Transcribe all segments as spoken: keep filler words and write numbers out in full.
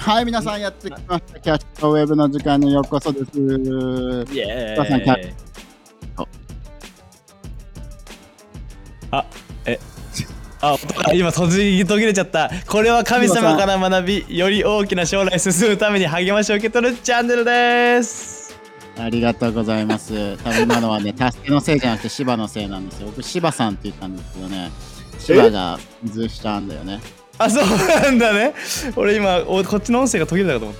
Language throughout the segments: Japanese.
はい、皆さんやってきました。キャッチとウェブの時間にようこそです。イエーイ。あ、え、あ、今途切途切れちゃった。これは神様から学び、より大きな将来進むために励ましを受け取るチャンネルです。 ありがとうございます。多分今のはね、助けのせいじゃなくて芝のせいなんですよ。僕、芝さんって言ったんですけどね、芝が水したんだよね。 あ、そうなんだね。俺今おこっちの音声が途切れたかと思った。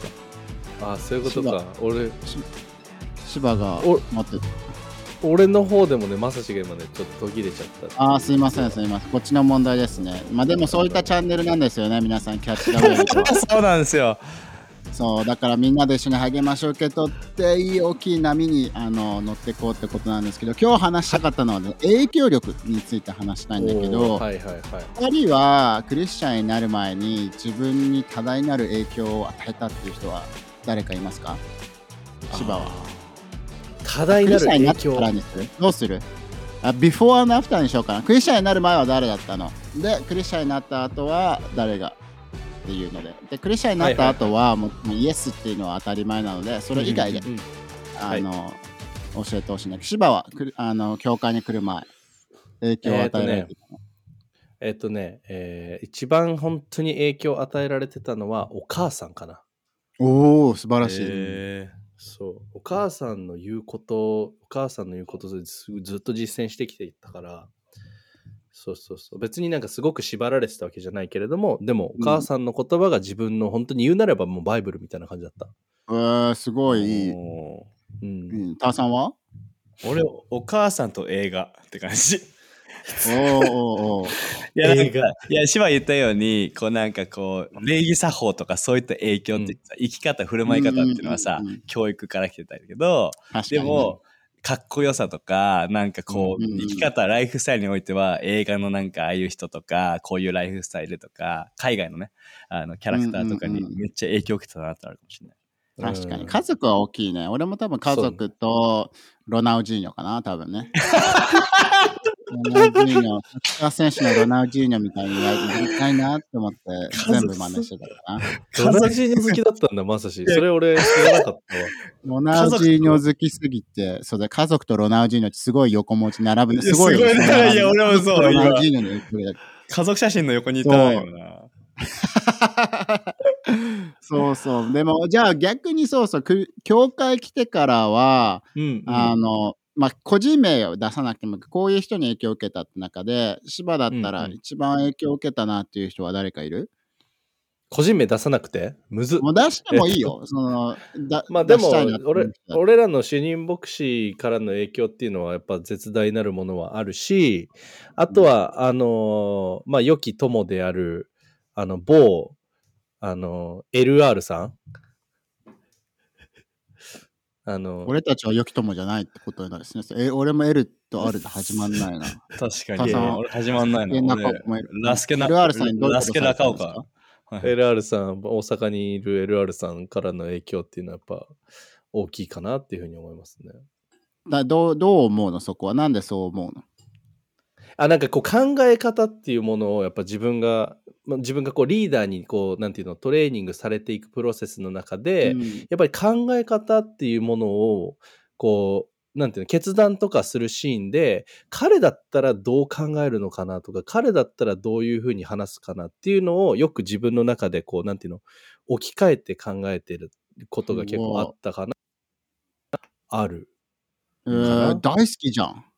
あ、そういうことか。俺芝が待って俺の方でもね、まさしが今ねちょっと途切れちゃった。 あー、すいませんすいません。こっちの問題ですね。まあでもそういったチャンネルなんですよね、皆さん。キャッチダウェイとそうなんですよ。 そうだからみんなで一緒に励ましを受け取っていい大きい波にあの乗っていこうってことなんですけど、今日話したかったのは、ね、影響力について話したいんだけど、 はいはいはい、 ふたりはクリスチャンになる前に自分に多大なる影響を与えたっていう人は誰かいますか？芝は多大なる影響。 クリスチャンになったからにする？どうする？あ、ビフォー&アフターにしようかな。クリスチャンになる前は誰だったので、クリスチャンになった後は誰がっていうので、でクリスチャンになった後はもうイエスっていうのは当たり前なので、それ以外で、うんうんうん、あの、はい、教えてほしいんだけど、芝はあの教会に来る前影響を与えられてたの？ えっとね、えー、一番本当に影響を与えられてたのはお母さんかな。 おお、素晴らしい。 えー、そうお母さんの言うことお母さんの言うことでずっと実践してきていたから、そうそうそう、別になんかすごく縛られてたわけじゃないけれども、でもお母さんの言葉が自分の本当に言うなればもうバイブルみたいな感じだった。 えー、すごいいい。うん。ターさんは？ 俺お母さんと映画って感じ。 おーおーおー。 いやなんかいや芝言ったようにこうなんかこう礼儀作法とかそういった影響って、うん、生き方振る舞い方っていうのはさ、うんうんうん、教育から来てたんだけど、でもかっこよさとかなんかこう、うんうん、生き方ライフスタイルにおいては映画のなんかああいう人とかこういうライフスタイルとか海外のねあのキャラクターとかにめっちゃ影響を受けたなってあるかもしれない。 確かに家族は大きいね。俺も多分家族とロナウジーニョかな多分ね。ロナウジーニョ、サッカー選手のロナウジーニョみたいにやりたいなって思って全部真似してたかな。 ロナウジーニョ好きだったんだ、まさし。それ俺知らなかったわ。 ロナウジーニョ好きすぎて、そうだ、家族とロナウジーニョってすごい横持ち並ぶね。すごい。 いや、すごいね。いや、俺もそう。 ロナウジーニョの家族写真の横にいたよな。 そうそう。でもじゃあ逆にそうそう、教会来てからは、うんうん、あのまあ個人名を出さなくてもこういう人に影響を受けたって中で、芝だったら一番影響を受けたなっていう人は誰かいる？うんうん、 個人名出さなくてむずっ。 もう出してもいいよ。そのだまあでも俺俺らの主任牧師からの影響っていうのはやっぱ絶大なるものはあるし、あとは、うん、あのまあ良き友であるあの某あの エルアール さん、あの俺たちは良き友じゃないってことになるですね。え、俺も L と R で始まんないな。 確かに。俺始まんないな。ラスケナエルアール さんにどういうラスケ中岡。 はい、エルアール さん、大阪にいる エルアール さんからの影響っていうのはやっぱ大きいかなっていうふうに思いますね。 だどう、どう思うのそこは？なんでそう思うの？ あ、なんかこう考え方っていうものをやっぱ自分が自分がこうリーダーにこうなんていうのトレーニングされていくプロセスの中で、うん、やっぱり考え方っていうものをこうなんていうの決断とかするシーンで彼だったらどう考えるのかなとか彼だったらどういうふうに話すかなっていうのをよく自分の中でこうなんていうの置き換えて考えてることが結構あったかな。あるかな。えー、大好きじゃん。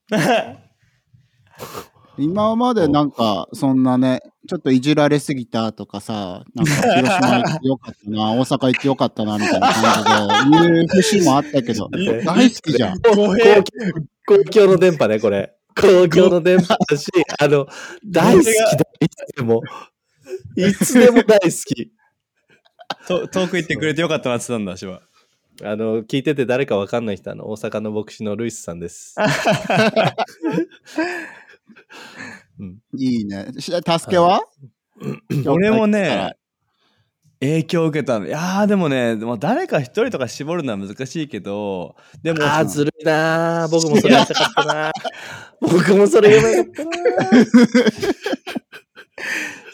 今までなんかそんなねちょっといじられすぎたとかさ、なんか広島行ってよかったな大阪行ってよかったなみたいな感じで言う節もあったけど大好きじゃん。 公共の電波ねこれ公共の電波だしあの大好きだいつでもいつでも大好きと遠く行ってくれてよかったなって言ったんだしは。 あの聞いてて誰かわかんない人、あの大阪の牧師のルイスさんです。 うん、いいね。助けは？ 俺もね影響を受けたの。いやーでもね、もう誰か一人とか絞るのは難しいけど、でもあーずるいなー。僕もそれやりたかったな。僕もそれやりたかったな。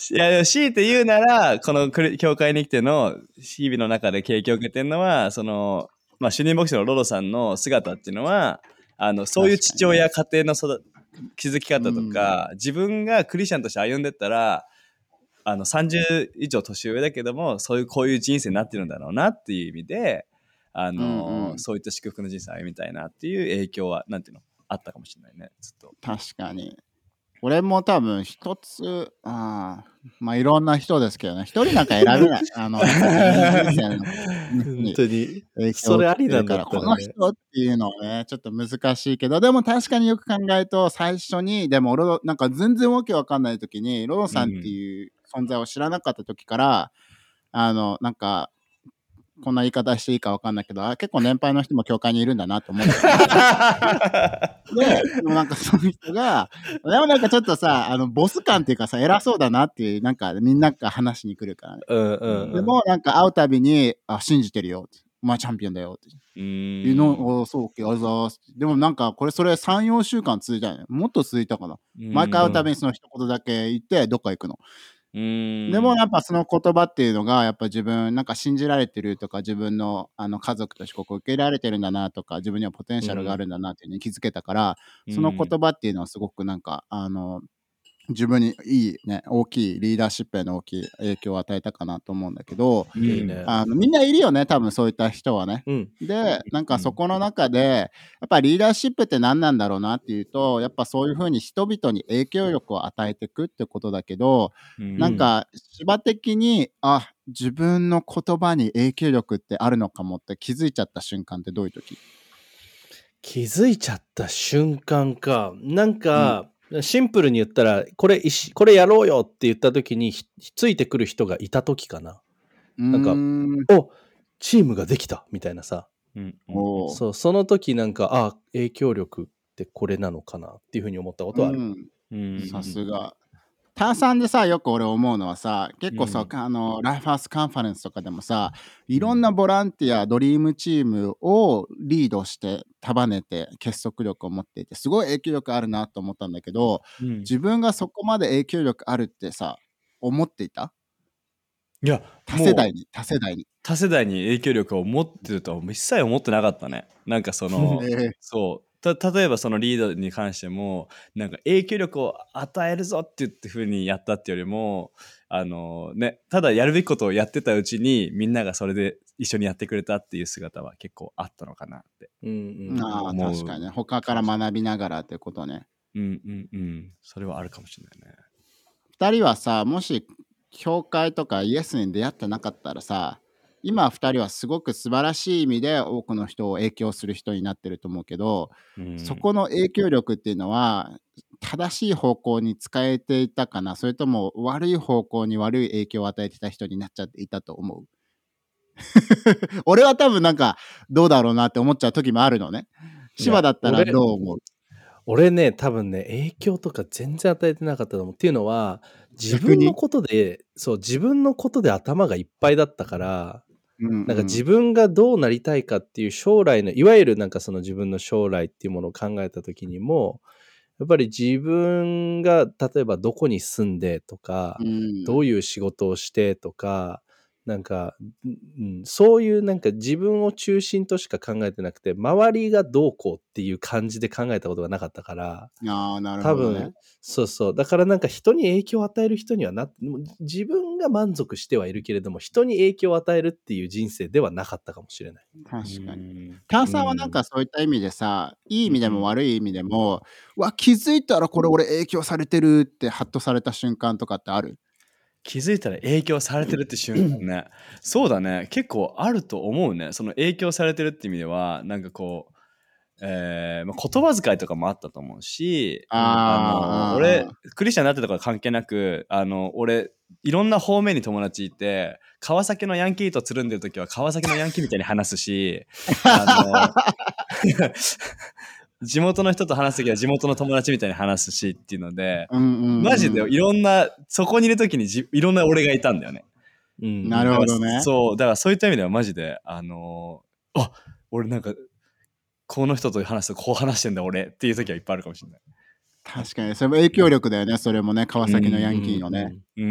いや、強いて言うなら、この教会に来ての日々の中で経験を受けてるのは、その、まあ、主任牧師のロロさんの姿っていうのは、あの、そういう父親、家庭の育築き方とか、うん、自分がクリスチャンとして歩んでったら、あの、さんじゅう以上年上だけども、そういう、こういう人生になってるんだろうなっていう意味で、あの、うんうん、そういった祝福の人生を歩みたいなっていう影響は、なんていうの、あったかもしれないね、ずっと。 確かに。俺も多分一つ、あまあいろんな人ですけどね、一人なんか選べない。あの、人生の本当に影響それありなんだったら、ね、 この人っていうのはね、ちょっと難しいけど、でも確かによく考えると、最初に、でも俺、なんか全然わけわかんない時に、ロロさんっていう存在を知らなかった時から、うん、あの、なんか、こんな言い方していいかわかんないけど、あ、結構年配の人も教会にいるんだなと思って。で、でもなんかそういう人が、でもなんかちょっとさ、あの、ボス感っていうかさ、偉そうだなっていう、なんかみんなが話に来るからね。 うんうんうん、 でもなんか会うたびに、あ、信じてるよって。お前チャンピオンだよって。 うーん。 いうの、おそう、OK、ありがとうございます。でもなんか、これそれさん、よんしゅうかん続いたよね。もっと続いたかな。毎回会うたびにその一言だけ言って、どっか行くの。 うーんでもやっぱその言葉っていうのがやっぱ自分なんか信じられてるとか自分のあの家族としてここ受け入れられてるんだなとか自分にはポテンシャルがあるんだなっていうのに気づけたから、その言葉っていうのはすごくなんかあの自分にいいね大きいリーダーシップへの大きい影響を与えたかなと思うんだけど、 いいね、 あのみんないるよね多分そういった人はね、うん、でなんかそこの中でやっぱリーダーシップって何なんだろうなっていうとやっぱそういう風に人々に影響力を与えていくってことだけど、うん、なんか芝的にあ自分の言葉に影響力ってあるのかもって気づいちゃった瞬間ってどういう時？ 気づいちゃった瞬間かなんか、うんシンプルに言ったらこれこれやろうよって言った時にひついてくる人がいた時かな。なんかおチームができたみたいなさ、うんうん、そうその時なんかあ影響力ってこれなのかなっていうふうに思ったことはある。 さすが。ターさんでさよく俺思うのはさ結構さ、うん、あのライフハウスカンファレンスとかでもさいろんなボランティアドリームチームをリードして束ねて結束力を持っていてすごい影響力あるなと思ったんだけど、うん、自分がそこまで影響力あるってさ思っていた？ いや多世代に多世代に多世代に影響力を持ってるとは一切思ってなかったね。なんかその、えー、そうた例えばそのリーダーに関してもなんか影響力を与えるぞって言って風にやったってよりもあのねただやるべきことをやってたうちにみんながそれで一緒にやってくれたっていう姿は結構あったのかなって、 うんうん、ああ確かにね他から学びながらってことね。 うんうんうんそれはあるかもしれないね。 ふたりはさもし教会とかイエスに出会ってなかったらさ今ふたりはすごく素晴らしい意味で多くの人を影響する人になってると思うけど、うん、そこの影響力っていうのは正しい方向に使えていたかなそれとも悪い方向に悪い影響を与えてた人になっちゃっていたと思う？俺は多分なんかどうだろうなって思っちゃう時もあるのね。芝だったらどう思う？ 俺ね多分ね影響とか全然与えてなかったと思う。っていうのは自分のことでそう自分のことで頭がいっぱいだったから、うんうん、なんか自分がどうなりたいかっていう将来のいわゆるなんかその自分の将来っていうものを考えた時にもやっぱり自分が例えばどこに住んでとか、うん、どういう仕事をしてとかなんか、うん、そういうなんか自分を中心としか考えてなくて周りがどうこうっていう感じで考えたことがなかったからあなるほど、ね、 多分そうそうだからなんか人に影響を与える人にはな自分が満足してはいるけれども人に影響を与えるっていう人生ではなかったかもしれない。 確かにターさんはなんかそういった意味でさ、うん、いい意味でも悪い意味でも、うん、わ気づいたらこれ俺影響されてるってハッとされた瞬間とかってある？ 気づいたら影響されてるって瞬間ねそうだね結構あると思うね。その影響されてるって意味ではなんかこう、えーまあ、言葉遣いとかもあったと思うしあの俺クリスチャンになってたから関係なくあの俺いろんな方面に友達いて川崎のヤンキーとつるんでる時は川崎のヤンキーみたいに話すしあの地元の人と話すときは地元の友達みたいに話すしっていうので、うんうんうん、マジでいろんなそこにいるときにじいろんな俺がいたんだよね、 うん、なるほどね。 そうだからそういった意味ではマジであのー、あ俺なんかこの人と話すとこう話してんだ俺っていうときはいっぱいあるかもしれない。 確かに、それも影響力だよね、それもね、川崎のヤンキーのね。 うん。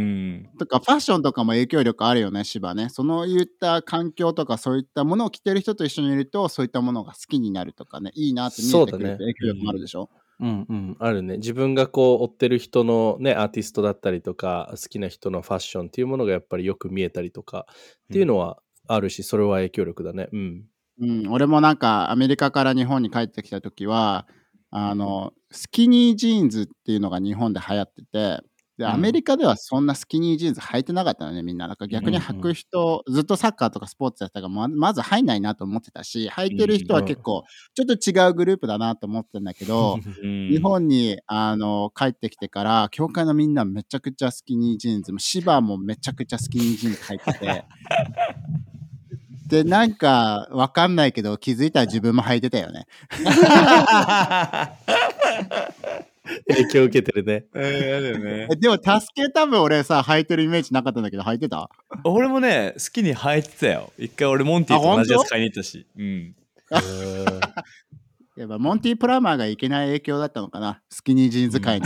とか、ファッションとかも影響力あるよね、芝ね。その言った環境とか、そういったものを着てる人と一緒にいると、そういったものが好きになるとかね、いいなって見えてくるって影響力もあるでしょ。 うんうん、あるね。自分がこう追ってる人のね、アーティストだったりとか、好きな人のファッションっていうものがやっぱりよく見えたりとかっていうのはあるし、それは影響力だね。うん。 うん、俺もなんかアメリカから日本に帰ってきた時は、あの、スキニージーンズっていうのが日本で流行ってて、で、アメリカではそんなスキニージーンズ履いてなかったのね、みんな。なんか逆に履く人、ずっとサッカーとかスポーツやってたから、ままず入んないなと思ってたし、履いてる人は結構、ちょっと違うグループだなと思ってんだけど、日本にあの帰ってきてから、教会のみんなめちゃくちゃスキニージーンズ、芝もめちゃくちゃスキニージーンズ履いてて、で、なんか、わかんないけど、気づいたら自分も履いてたよね。 影響受けてるね。 えー、やだよね。 でも、助け多分俺さ、履いてるイメージなかったんだけど、履いてた？ 俺もね、好きに履いてたよ。一回俺、モンティと同じやつ買いに行ったし。うん。 やっぱモンティプラマーがいけない影響だったのかな、スキニージーンズ界に。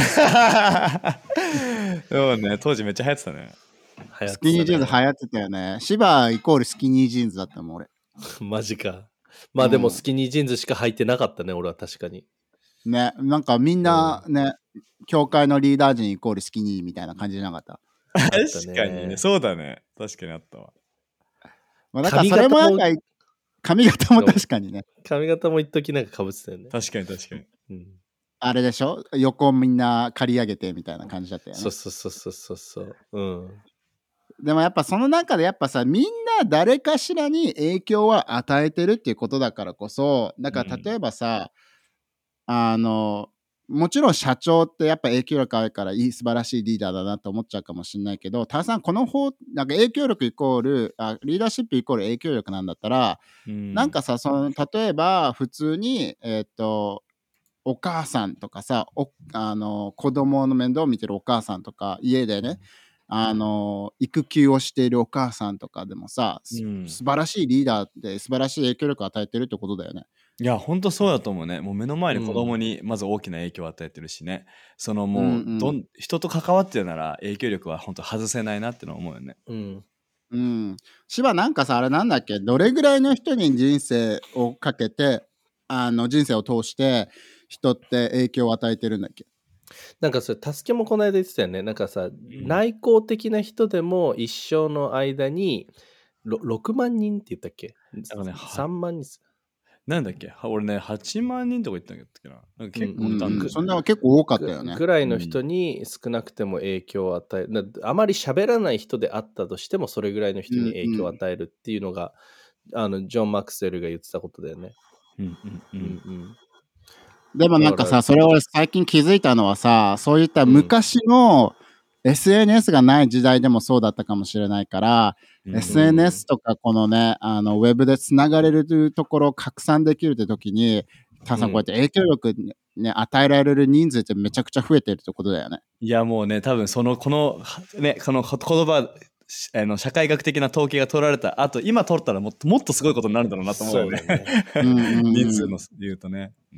そうね、当時めっちゃ流行ってたね。 スキニージーンズ流行ってたよね。芝イコールスキニージーンズだったもん、俺。 マジか。まあでもスキニージーンズしか履いてなかったね、俺は確かに。ね、 なんかみんなね、教会のリーダー陣イコールスキニーみたいな感じじゃなかった。 確かにね、そうだね。確かにあったわ。 まあ、だからそれもなんか、髪型も確かにね。 髪型も一時なんか被ってたよね。 確かに確かに。 うん、 あれでしょ、横みんな刈り上げてみたいな感じだったよね。 そうそうそうそうそう。うん。 でもやっぱその中でやっぱさ、みんな誰かしらに影響は与えてるっていうことだからこそ、だから例えばさ、うん、あのもちろん社長ってやっぱ影響力あるからいい素晴らしいリーダーだなと思っちゃうかもしれないけど、タワさんこの方なんか影響力イコールあリーダーシップイコール影響力なんだったら、うん、なんかさ、その例えば普通にえっとお母さんとかさ、おあの子供の面倒を見てるお母さんとか、家でね、あの育休をしているお母さんとかでもさ、うん、素晴らしいリーダーで素晴らしい影響力を与えてるってことだよね。 いや本当そうだと思うね。もう目の前に子供にまず大きな影響を与えてるしね、うん、そのもうどん、うん、人と関わってるなら影響力は本当外せないなってのは思うよね。 うんうん。芝なんかさ、あれなんだっけ、どれぐらいの人に人生をかけて、あの人生を通して人って影響を与えてるんだっけ。 なんかそれ、助けもこの間言ってたよね。なんかさ、うん、内向的な人でも一生の間にろくまんにんって言ったっけ、ね、さんまんにん。 なんだっけ、俺ね、はちまんにんとか言ったんだっけな。なんか結構いたんだ、 うんうん、そんな結構多かったよね。 ぐらいの人に少なくても影響を与える。あまり喋らない人であったとしても、それぐらいの人に影響を与えるっていうのが、うんうん、あのジョン・マクスウェルが言ってたことだよね。 うんうんうんうん、 でもなんかさ、それ俺最近気づいたのはさ、そういった昔の エスエヌエス がない時代でもそうだったかもしれないから、うん、エスエヌエス とかこのね、あのウェブでつながれるというところを拡散できるって時に、たさんこうやって影響力ね、ね、与えられる人数ってめちゃくちゃ増えてるってことだよね。 いやもうね、多分そのこのね、この言葉あの社会学的な統計が取られたあと、今取ったらもっともっとすごいことになるんだろうなと思うよね。人数の言うとね、うん、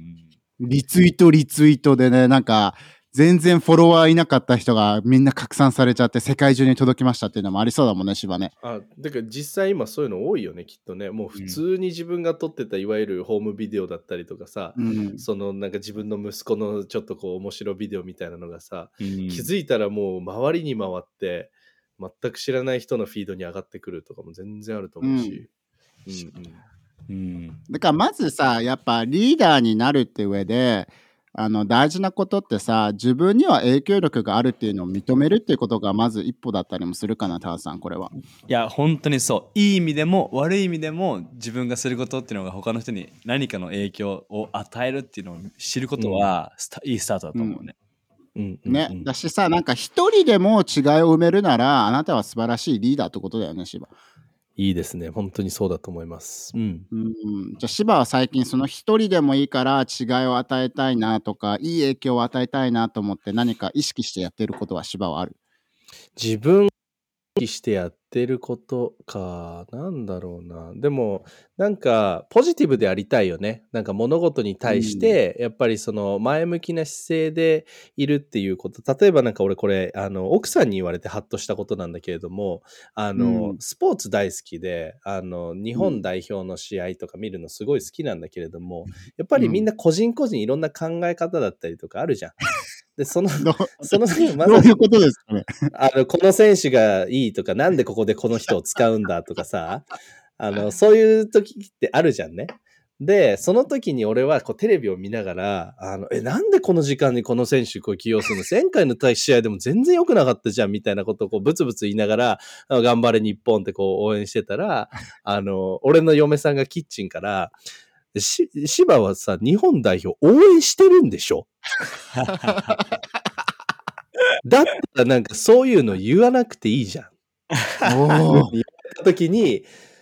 リツイートリツイートでね、なんか全然フォロワーいなかった人がみんな拡散されちゃって世界中に届きましたっていうのもありそうだもんね、芝ね。 あ、だから実際今そういうの多いよね、きっとね。もう普通に自分が撮ってたいわゆるホームビデオだったりとかさ、うん、そのなんか自分の息子のちょっとこう面白ビデオみたいなのがさ、うん、気づいたらもう周りに回って全く知らない人のフィードに上がってくるとかも全然あると思うし、うんうんうん、だからまずさ、やっぱリーダーになるって上であの大事なことってさ、自分には影響力があるっていうのを認めるっていうことがまず一歩だったりもするかな、タワさん、これは。 いや本当にそう、いい意味でも悪い意味でも自分がすることっていうのが他の人に何かの影響を与えるっていうのを知ることは、うん、いいスタートだと思うね。 うんね、だしさ、なんか一人でも違いを埋めるならあなたは素晴らしいリーダーってことだよね、芝。 いいですね、本当にそうだと思います。うん。 うん、じゃあ芝は最近その一人でもいいから違いを与えたいなとか、いい影響を与えたいなと思って何か意識してやってることは芝はある？ 自分を意識してやっってることか、なんだろうな。でも、なんか、ポジティブでありたいよね。なんか物事に対しうんて、やっぱりその前向きな姿勢でいるっていうこと。例えばなんか俺これ、あの、奥さんに言われてハッとしたことなんだけれども、あうの、 んスポーツ大好きで、あの、日うん本代表の試合とか見るのすごい好きなんだけれども、やっぱりみんうんな個人個人いろんな考え方だったりとかあるじゃん。で、その、 どうその、まさに、 どういうことですかね。 あの、この選手がいいとか、なんでここでこの人を使うんだとかさ、あの、そういう時ってあるじゃんね。で、その時に俺はこうテレビを見ながら、あの、え、なんでこの時間にこの選手こう起用するの？前回の対試合でも全然良くなかったじゃんみたいなことをこうブツブツ言いながら、あ頑張れ日本ってこう応援してたら、あの、俺の嫁さんがキッチンから、し、芝はさ、日本代表応援してるんでしょ？だったらなんかそういうの言わなくていいじゃん。 おお、 言った時に、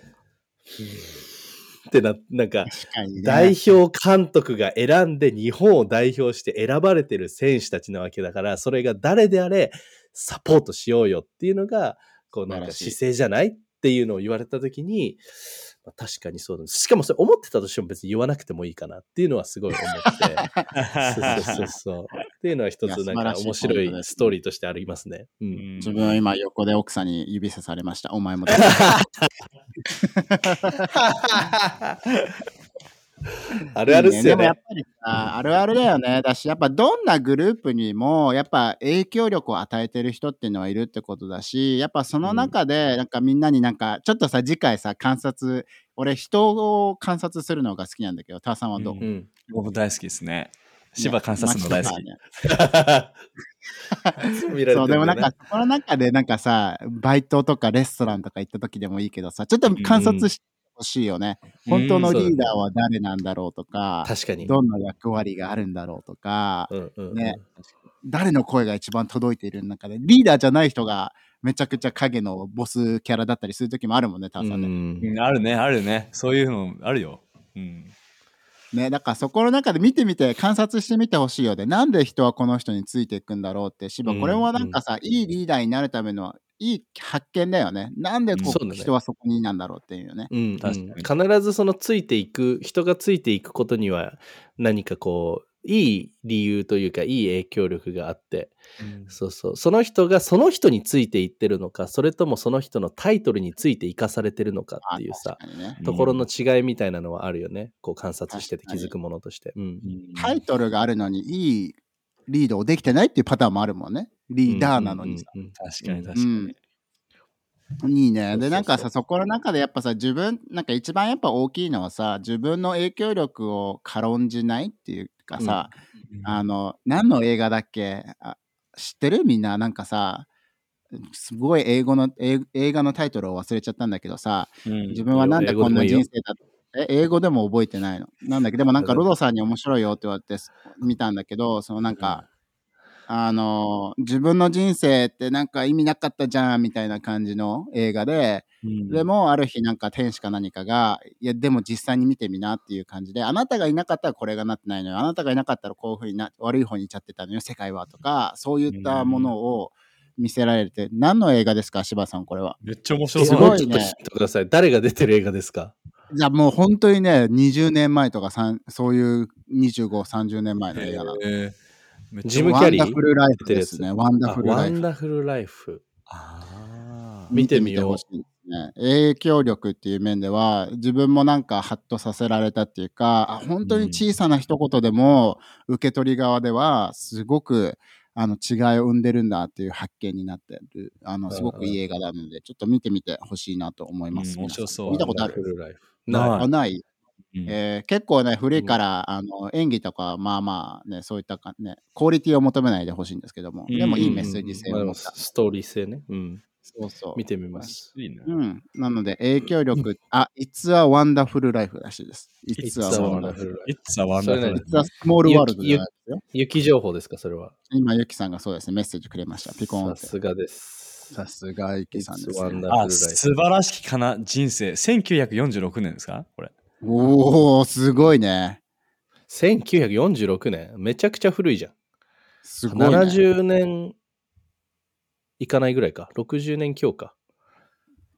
ってな、なんか、 確かにね。 代表監督が選んで日本を代表して選ばれてる選手たちなわけだから、それが誰であれサポートしようよっていうのが、こうなんか素晴らしい姿勢じゃないっていうのを言われた時に、まあ確かにそうだ。しかもそれ思ってたとしても別に言わなくてもいいかなっていうのはすごい思って。そうそうそうそう。っていうのは一つなんか面白いストーリーとしてありますね。うん。 自分は今横で奥さんに指さされました。お前も。 あるあるっすよね。 でもやっぱりさ、あるあるだよね。だし、やっぱどんなグループにも、やっぱ影響力を与えてる人っていうのはいるってことだし、やっぱその中で、なんかみんなになんか、ちょっとさ、次回さ、観察、俺人を観察するのが好きなんだけど、ターさんはどう、 うんうん。 僕大好きですね。芝観察するの大好き。 ね見られてるんだよねそう、でもなんか、その中でなんかさ、バイトとかレストランとか行った時でもいいけどさ、ちょっと観察してほしいよね。本当のリーダーは誰なんだろうとか、 確かに。 どんな役割があるんだろうとか、 うんうんうん、 ね、誰の声が一番届いている中で、リーダーじゃない人がめちゃくちゃ影のボスキャラだったりする時もあるもんね、ターさんね。 うん、あるね、あるね。そういうのあるよ。うんね、だからそこの中で見てみて観察してみてほしいよね。なんで人はこの人についていくんだろうって、芝、これはなんかさ、うん、いいリーダーになるためのいい発見だよね。なんでこう、うん、人はそこになんだろうっていうね。 うん、確かに。必ずそのついていく、人がついていくことには何かこう、いい理由というか、いい影響力があって、うん、そうそう。その人がその人についていってるのか、それともその人のタイトルについて生かされてるのかっていうさ、ね、ところの違いみたいなのはあるよね。こう観察してて気づくものとして。うん、 タイトルがあるのにいいリードをできてないっていうパターンもあるもんね。リーダーなのにさ。 確かに確かに。うんいいね。で、なんかさ、そこの中でやっぱさ、自分、なんか一番やっぱ大きいのはさ、自分の影響力を軽んじないっていうかさ、うん、あの、何の映画だっけあ知ってるみんな、なんかさ、すごい英語の、映画のタイトルを忘れちゃったんだけどさ、うん、自分はなんでこんな人生だって、英語でも覚えてないの。なんだけど、でもなんかロドさんに面白いよって言われて見たんだけど、そのなんか、あの自分の人生ってなんか意味なかったじゃんみたいな感じの映画で、うん、でもある日なんか天使か何かがいやでも実際に見てみなっていう感じで、あなたがいなかったらこれがなってないのよ、あなたがいなかったらこういうふうにな悪い方に行っちゃってたのよ世界はとか、そういったものを見せられて、うん、何の映画ですか柴さん？これはめっちゃ面白そう。 すごいね。ください。誰が出てる映画ですか？ じゃあもう本当にねにじゅうねんまえとかそういうにじゅうご、さんじゅうねんまえの映画なの。えージム・キャリーワンダフルライフですね。ワンダフルライフ。 ワンダフルライフ。 あ見てみよう。見てみてほしいですね。影響力っていう面では、自分もなんかハッとさせられたっていうか、あ本当に小さな一言でも、受け取り側では、すごくあの違いを生んでるんだっていう発見になってる。あのすごくいい映画なので、ちょっと見てみてほしいなと思います。 面白そう。 見たことある？ ない。 あ、ない。えー、結構ね古いから、うん、あの演技とかまあまあねそういったかねクオリティを求めないでほしいんですけども、うん、でもいいメッセージ性を持った、 ストーリー性ね、うん、 そうそう見てみます。 いいな、 うん、なので影響力、うん、あ、It's a Wonderful Life らしいです。 It's a Wonderful Life。 It's a Wonderful Life。 It's a Small World じゃないですよ。 雪情報ですかそれは？ 今ゆきさんがそうですねメッセージくれました。ピコンって。 さすがです。 さすがゆきさんです、ね。 あ、素晴らしきかな人生。せんきゅうひゃくよんじゅうろくねんですかこれ？ おー、すごいね。 せんきゅうひゃくよんじゅうろくねん、めちゃくちゃ古いじゃん。 すごい、ね。 ななじゅうねんいかないぐらいか。ろくじゅうねん強か。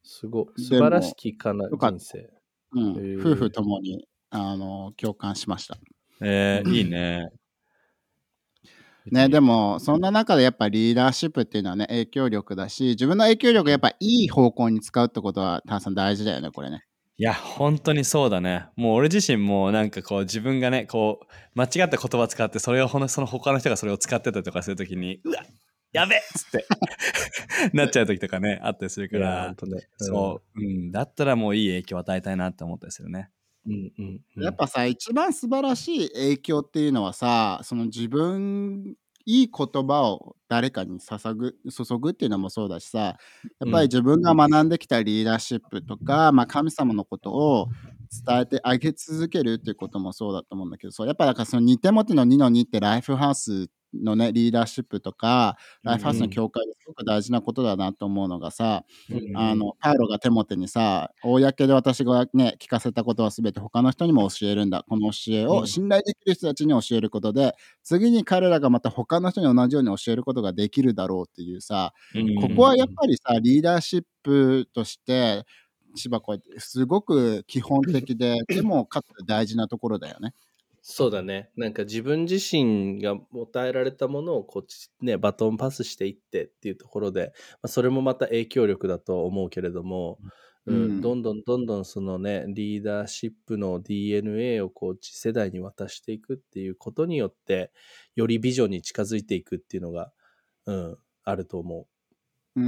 すごい。素晴らしきかなよかった人生。 うん、 へー夫婦ともにあの共感しました。 えー、いいね。 ね、でもそんな中でやっぱリーダーシップっていうのはね、影響力だし、自分の影響力をやっぱいい方向に使うってことはタンさん大事だよね、これね。 いや、本当にそうだね。もう俺自身もなんかこう自分がね、こう間違った言葉使ってそれをほんその他の人がそれを使ってたりとかするときに、うわやべっつってなっちゃう時とかね、あったりするかいや、 ら本、当ね。 そう、うん、だったらもういい影響を与えたいなって思ったりするね。 うんうんうん。 やっぱさ、一番素晴らしい影響っていうのはさ、その自分いい言葉を誰かに捧ぐ注ぐっていうのもそうだしさ、やっぱり自分が学んできたリーダーシップとか、まあ、神様のことを伝えてあげ続けるっていうこともそうだと思うんだけど、そうやっぱだからそのにテモテのにのにってライフハウスのねリーダーシップとかライフハウスの教会ですごく大事なことだなと思うのがさ、 うんあのパウロがテモテにさ、公で私がね聞かせたことは全て他の人にも教えるんだ、この教えを信頼できる人たちに教えることで、次に彼らがまた他の人に同じように教えることができるだろうっていうさ、ここはやっぱりさリーダーシップとして千葉こうやってすごく基本的ででもかつ大事なところだよね。 そうだね。なんか自分自身が与えられたものをこっちね、バトンパスしていってっていうところで、まあ、それもまた影響力だと思うけれども、うん、 うんどんどんどんどんそのね、リーダーシップの ディーエヌエー をこう次世代に渡していくっていうことによって、よりビジョンに近づいていくっていうのが、うん、あると思うん、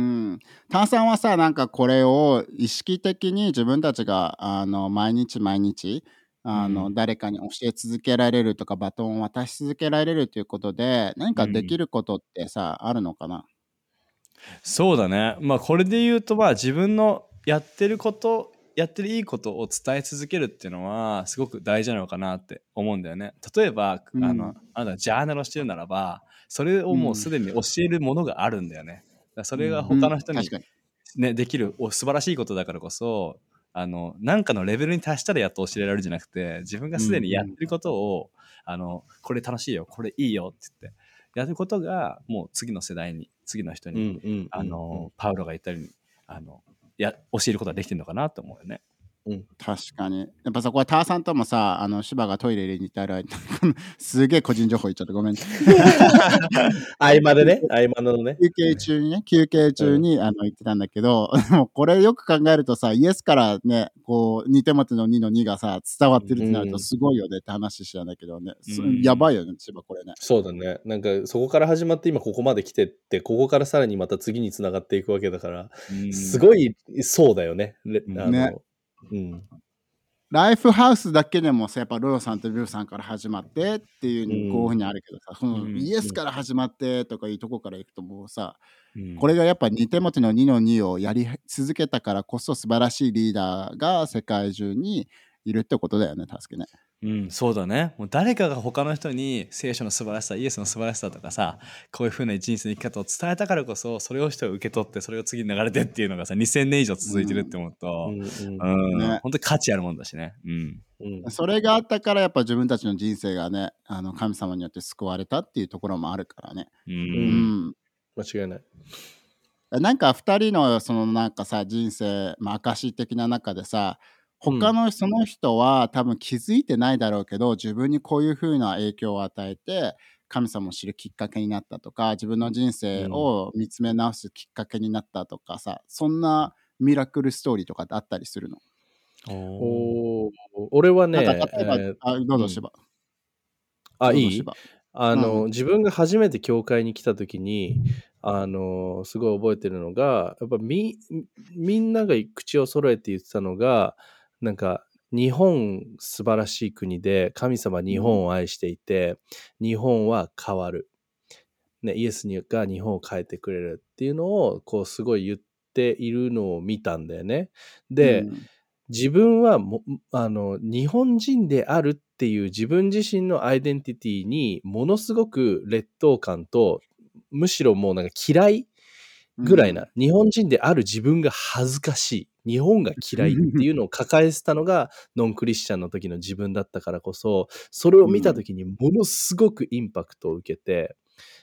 炭酸はさなんかこれを意識的に自分たちがあの毎日毎日あの、 うん誰かに教え続けられるとかバトンを渡し続けられるということで何かできることってさ、あるのかな。 そうだね。まあこれで言うとまあ自分のやってることやってるいいことを伝え続けるっていうのはすごく大事なのかなって思うんだよね。例えば、 うんあのあなたがジャーナルをしてるならばそれをもうすでに教えるものがあるんだよね。だからそれがうん、 他の人に、 確かに。 ね、できるお素晴らしいことだからこそあの何かのレベルに達したらやっと教えられるんじゃなくて自分がすでにやってることを、あのこれ楽しいよこれいいよって言ってやることがもう次の世代に次の人う。 に、 うんうんあのパウロが言ったようにあのや教えることができてるのかなと思うよね。 うん。 確かに。やっぱそこはターさんともさ、あの芝がトイレ入れに行ったらすげえ個人情報言っちゃってごめん。 合間でね、合間のね。 休憩中にね、休憩中に、あの言ってたんだけど、でもこれよく考えるとさ、イエスからね、こう、にテモテのにのにがさ、伝わってるってなるとすごいよねって話したんだけどね。そうんやばいよね、千葉これね。 そうだね。なんかそこから始まって今ここまで来てって、ここからさらにまた次につながっていくわけだから、 うんすごいそうだよね。レうんあのねうん。 ライフハウスだけでもさ、やっぱロロさんとルーさんから始まってっていううんこういうふうにあるけどさ、そのうんイエスから始まってとかいうとこからいくともうさ、 うんこれがやっぱにテモテのにのにをやり続けたからこそ素晴らしいリーダーが世界中にいるってことだよね、助けね。 うん、そうだね。もう誰かが他の人に聖書の素晴らしさ、イエスの素晴らしさとかさ、こういう風な人生の生き方を伝えたからこそ、それを人が受け取って、それを次に流れてっていうのがさ、にせんねん以上続いてるって思うと、 うんうん、 ね本当に価値あるもんだしね。うん。 うんそれがあったからやっぱ自分たちの人生がね、あの神様によって救われたっていうところもあるからね。 う。 うんん。 間違いない。 なんかふたりのそのなんかさ人生、まあ、証的な中でさ他のその人は多分気づいてないだろうけど自分にこういう風な影響を与えて神様を知るきっかけになったとか自分の人生を見つめ直すきっかけになったとかさ、そんなミラクルストーリーとかってあったりするの？ おお、俺はね、 なんか例えば、 えーあどうぞ芝、 あ、いいどうぞ芝。 あの、 うん自分が初めて教会に来た時に、あの、すごい覚えてるのが、やっぱみ、みんなが口を揃えて言ってたのが、なんか、日本素晴らしい国で、神様日本を愛していて、日本は変わる。ね、イエスが日本を変えてくれるっていうのを、こう、すごい言っているのを見たんだよね。で、 うん自分はもあの日本人であるっていう自分自身のアイデンティティにものすごく劣等感とむしろもうなんか嫌いぐらいな、日本人である自分が恥ずかしい、日本が嫌いっていうのを抱えてたのがノンクリスチャンの時の自分だったからこそ、それを見た時にものすごくインパクトを受けて、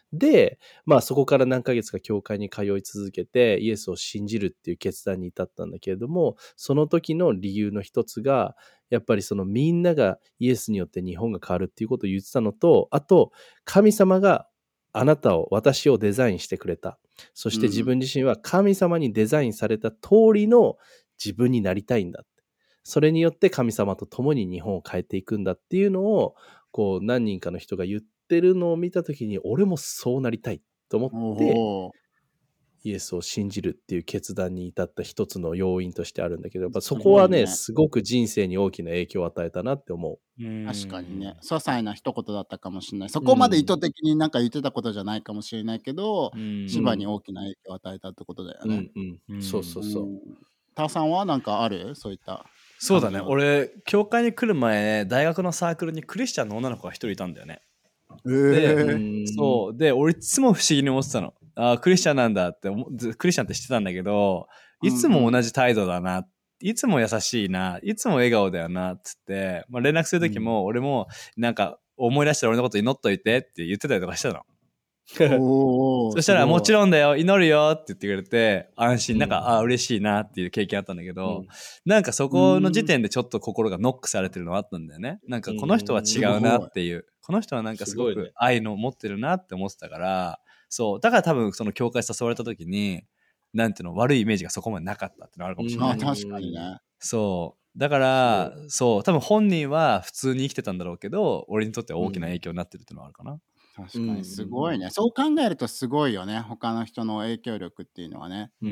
で、まあそこから何ヶ月か教会に通い続けてイエスを信じるっていう決断に至ったんだけれども、その時の理由の一つが、やっぱりそのみんながイエスによって日本が変わるっていうことを言ってたのと、あと神様があなたを、私をデザインしてくれた。そして自分自身は神様にデザインされた通りの自分になりたいんだ。それによって神様と共に日本を変えていくんだっていうのを、こう何人かの人が言ってるのを見たときに、俺もそうなりたいと思って、イエスを信じるっていう決断に至った一つの要因としてあるんだけど、やっぱそこはね、すごく人生に大きな影響を与えたなって思う。 確かにね、些細な一言だったかもしれない。そこまで意図的になんか言ってたことじゃないかもしれないけど、芝に大きな影響を与えたってことだよね。 うんうん、そうそうそう。 ターさんはなんかある？そういった。 そうだね。俺、教会に来る前、大学のサークルにクリスチャンの女の子が一人いたんだよね。 えー、 で、そう。で、俺いつも不思議に思ってたの。ああ、クリスチャンなんだって、クリスチャンって知ってたんだけど、いつも同じ態度だな。いつも優しいな。いつも笑顔だよな。つって、まあ、連絡するときも、俺もなんか思い出したら俺のこと祈っといてって言ってたりとかしてたの。そしたらもちろんだよ、祈るよって言ってくれて安心、なんか、うん、あ嬉しいなっていう経験あったんだけど、うん、なんかそこの時点でちょっと心がノックされてるのはあったんだよね。なんかこの人は違うなっていう、この人はなんかすごく愛の持ってるなって思ってたから、そうだから多分その教会誘われた時になんていうの悪いイメージがそこまでなかったってのがあるかもしれない。 あ、確かにね。 そうだからそう、そう多分本人は普通に生きてたんだろうけど、俺にとっては大きな影響になってるっていうのはあるかな。 確かにすごいね、うん、そう考えるとすごいよね、他の人の影響力っていうのはね。 うん、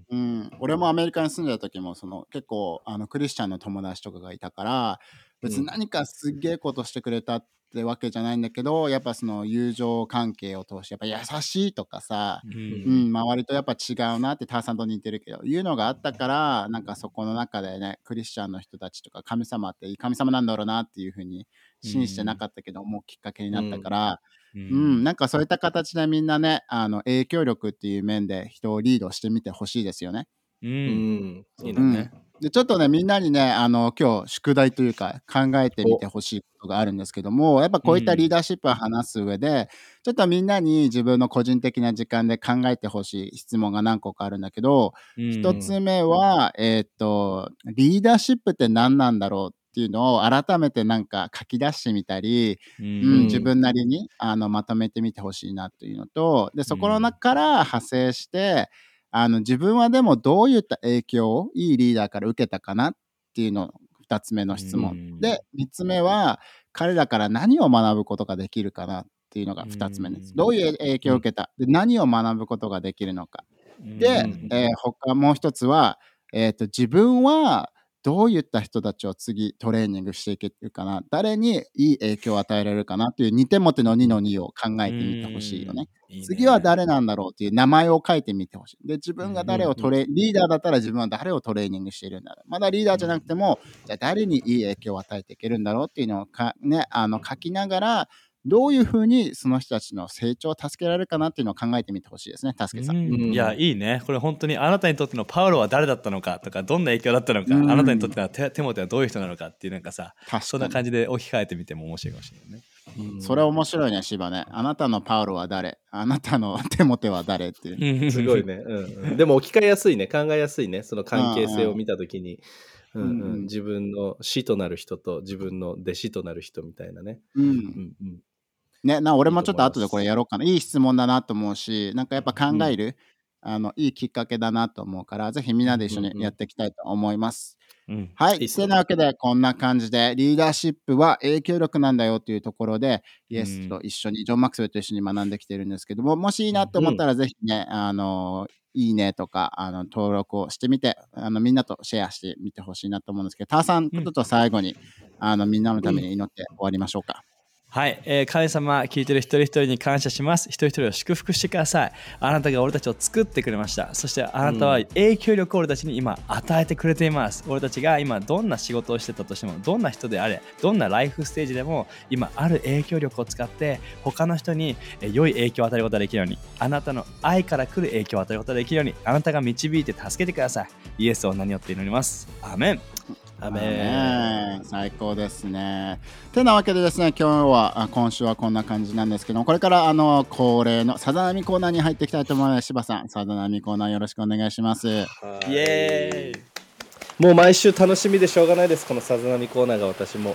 うん、俺もアメリカに住んでた時もその結構あのクリスチャンの友達とかがいたから、別に何かすっげえことしてくれたってわけじゃないんだけど、やっぱその友情関係を通してやっぱ優しいとかさ、うん、うん、周りとやっぱ違うなって、ターさんと似てるけどいうのがあったから、なんかそこの中でね、クリスチャンの人たちとか神様っていい神様なんだろうなっていうふうに信じてなかったけど、もうきっかけになったから、うん、うん、なんかそういった形でみんなね、あの影響力っていう面で人をリードしてみてほしいですよね。 うん、 いいね。 でちょっとね、みんなにね、あの今日宿題というか考えてみてほしいことがあるんですけども、やっぱこういったリーダーシップを話す上で、うん、ちょっとみんなに自分の個人的な時間で考えてほしい質問が何個かあるんだけど、うん、一つ目は、えー、っとリーダーシップって何なんだろうっていうのを改めてなんか書き出してみたり、うんうん、自分なりにあのまとめてみてほしいなというのと、でそこの中から派生して、あの自分はでもどういった影響をいいリーダーから受けたかなっていうのふたつめの質問、うん、でみっつめは彼らから何を学ぶことができるかなっていうのがふたつめです。どういう影響を受けた、で何を学ぶことができるのかで、えー、他もう一つは、えーと、自分はどういった人たちを次トレーニングしていけるかな、誰にいい影響を与えられるかなっていうにてもてのにのにを考えてみてほしいよね。いいね。次は誰なんだろうっていう名前を書いてみてほしい。で自分が誰をトレ、リーダーだったら自分は誰をトレーニングしているんだろう。まだリーダーじゃなくても、じゃあ誰にいい影響を与えていけるんだろうっていうのをか、ね、あの書きながら、どういうふうにその人たちの成長を助けられるかなっていうのを考えてみてほしいですね、助けさん。うん、 いやいいね。これ本当にあなたにとってのパウロは誰だったのかとか、どんな影響だったのか、うん、あなたにとってのテモテはどういう人なのかっていうなんかさ、そんな感じで置き換えてみても面白いかもしれないね。 うん、それ面白いね、芝ね。あなたのパウロは誰、あなたのテモテは誰っていう。 すごいね、うんうん。でも置き換えやすいね、考えやすいね、その関係性を見たときに。うんうんうん、自分の師となる人と自分の弟子となる人みたいなね。 うんうんうんね、な俺もちょっと後でこれやろうかな。いい質問だなと思うし、なんかやっぱ考える、うん、あのいいきっかけだなと思うから、ぜひみんなで一緒にやっていきたいと思います。うんうん、はい。というわけでこんな感じでリーダーシップは影響力なんだよというところで、うん、イエスと一緒にジョン・マックスウェルと一緒に学んできてるんですけども、もしいいなと思ったらぜひね、うん、あのいいねとかあの登録をしてみて、あのみんなとシェアしてみてほしいなと思うんですけど、ターさん、ちょっと最後に、うん、あのみんなのために祈って終わりましょうか。 はい、えー、神様聞いてる一人一人に感謝します。一人一人を祝福してください。あなたが俺たちを作ってくれました。そしてあなたは影響力を俺たちに今与えてくれています。俺たちが今どんな仕事をしてたとしても、どんな人であれ、どんなライフステージでも今ある影響力を使って他の人に良い影響を与えることができるように、あなたの愛から来る影響を与えることができるように、あなたが導いて助けてください。イエスを名によって祈ります。アーメン。 アメン。 最高ですね。てなわけでですね、今日は今週はこんな感じなんですけど、これからあの恒例のさざ波コーナーに入っていきたいと思います。柴さん、さざ波コーナーよろしくお願いします。イエーイ。 もう毎週楽しみでしょうがないです、このさざ波コーナーが。私も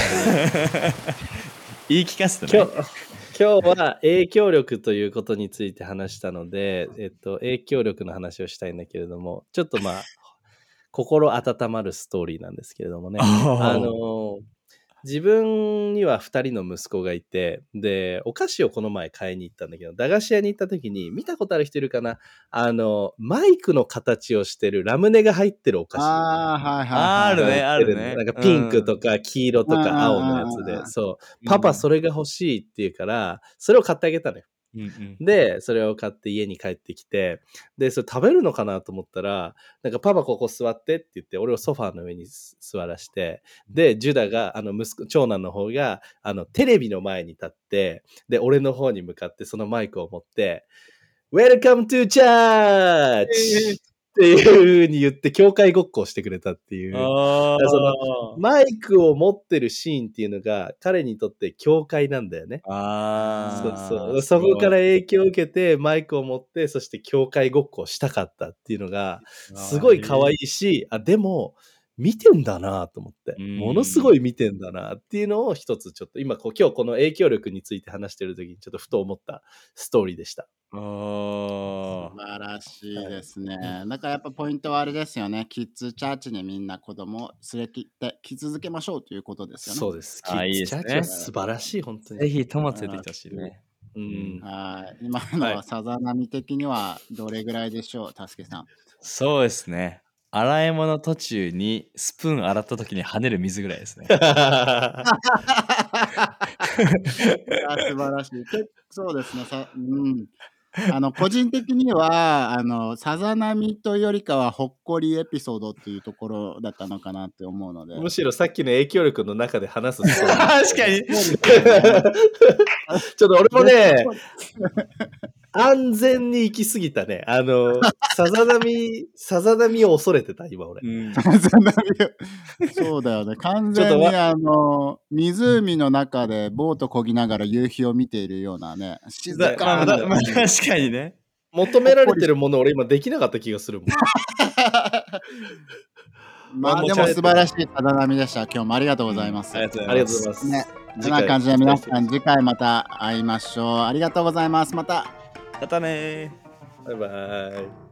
言い聞かせてね。今日今日は影響力ということについて話したので、えっと、影響力の話をしたいんだけれども、ちょっとまあ心温まるストーリーなんですけれどもね。あの自分にはふたりの息子がいて、でお菓子をこの前買いに行ったんだけど、駄菓子屋に行った時に見たことある人いるかな、あのマイクの形をしてるラムネが入ってるお菓子。 あー、はいはい、はい、 あるね、あるね。 なんかピンクとか黄色とか青のやつで、そうパパそれが欲しいって言うからそれを買ってあげたのよ。うんうん、でそれを買って家に帰ってきて、でそれ食べるのかなと思ったら、なんかパパここ座ってって言って俺をソファーの上に座らして、でジュダがあの息子長男の方があのテレビの前に立って、で俺の方に向かってそのマイクを持ってWelcome to church! っていう風に言って教会ごっこをしてくれたっていう。そのマイクを持ってるシーンっていうのが彼にとって教会なんだよね。 あそうそう。そこから影響を受けてマイクを持って、そして教会ごっこをしたかったっていうのがすごい可愛いし、あでも見てんだなと思って、ものすごい見てんだなっていうのを一つちょっと今こう今日この影響力について話してる時にちょっとふと思ったストーリーでした。 素晴らしいですね。はい、だからやっぱポイントはあれですよね。キッズチャーチにみんな子供を連れてってき続けましょうということですよね。 そうです。キッズチャーチは素晴らしい、本当に。 ぜひとも連れてきてほしいね。 うん、 はい。今のはさざ波的にはどれぐらいでしょう、たすけさん。 そうですね。洗い物途中にスプーン洗った時に跳ねる水ぐらいですね。 素晴らしい。そうですね。さうん、あの個人的にはあのさざ波というよりかはほっこりエピソードっていうところだったのかなって思うので、 むしろさっきの影響力の中で話す確かにちょっと俺もね安全に行き過ぎたね。あのさざ波さざ波を恐れてた今俺、うん、 そうだよね。完全にあの湖の中でボート漕ぎながら夕日を見ているようなね、静かな、 まあ、確かにね、 求められてるもの俺今できなかった気がするもんまあでも素晴らしいさざ波でした。今日もありがとうございます。 うん、ありがとうございます。 ね、こんな感じで皆さん次回また会いましょう。ありがとうございます。また。 またね。 バイバイ。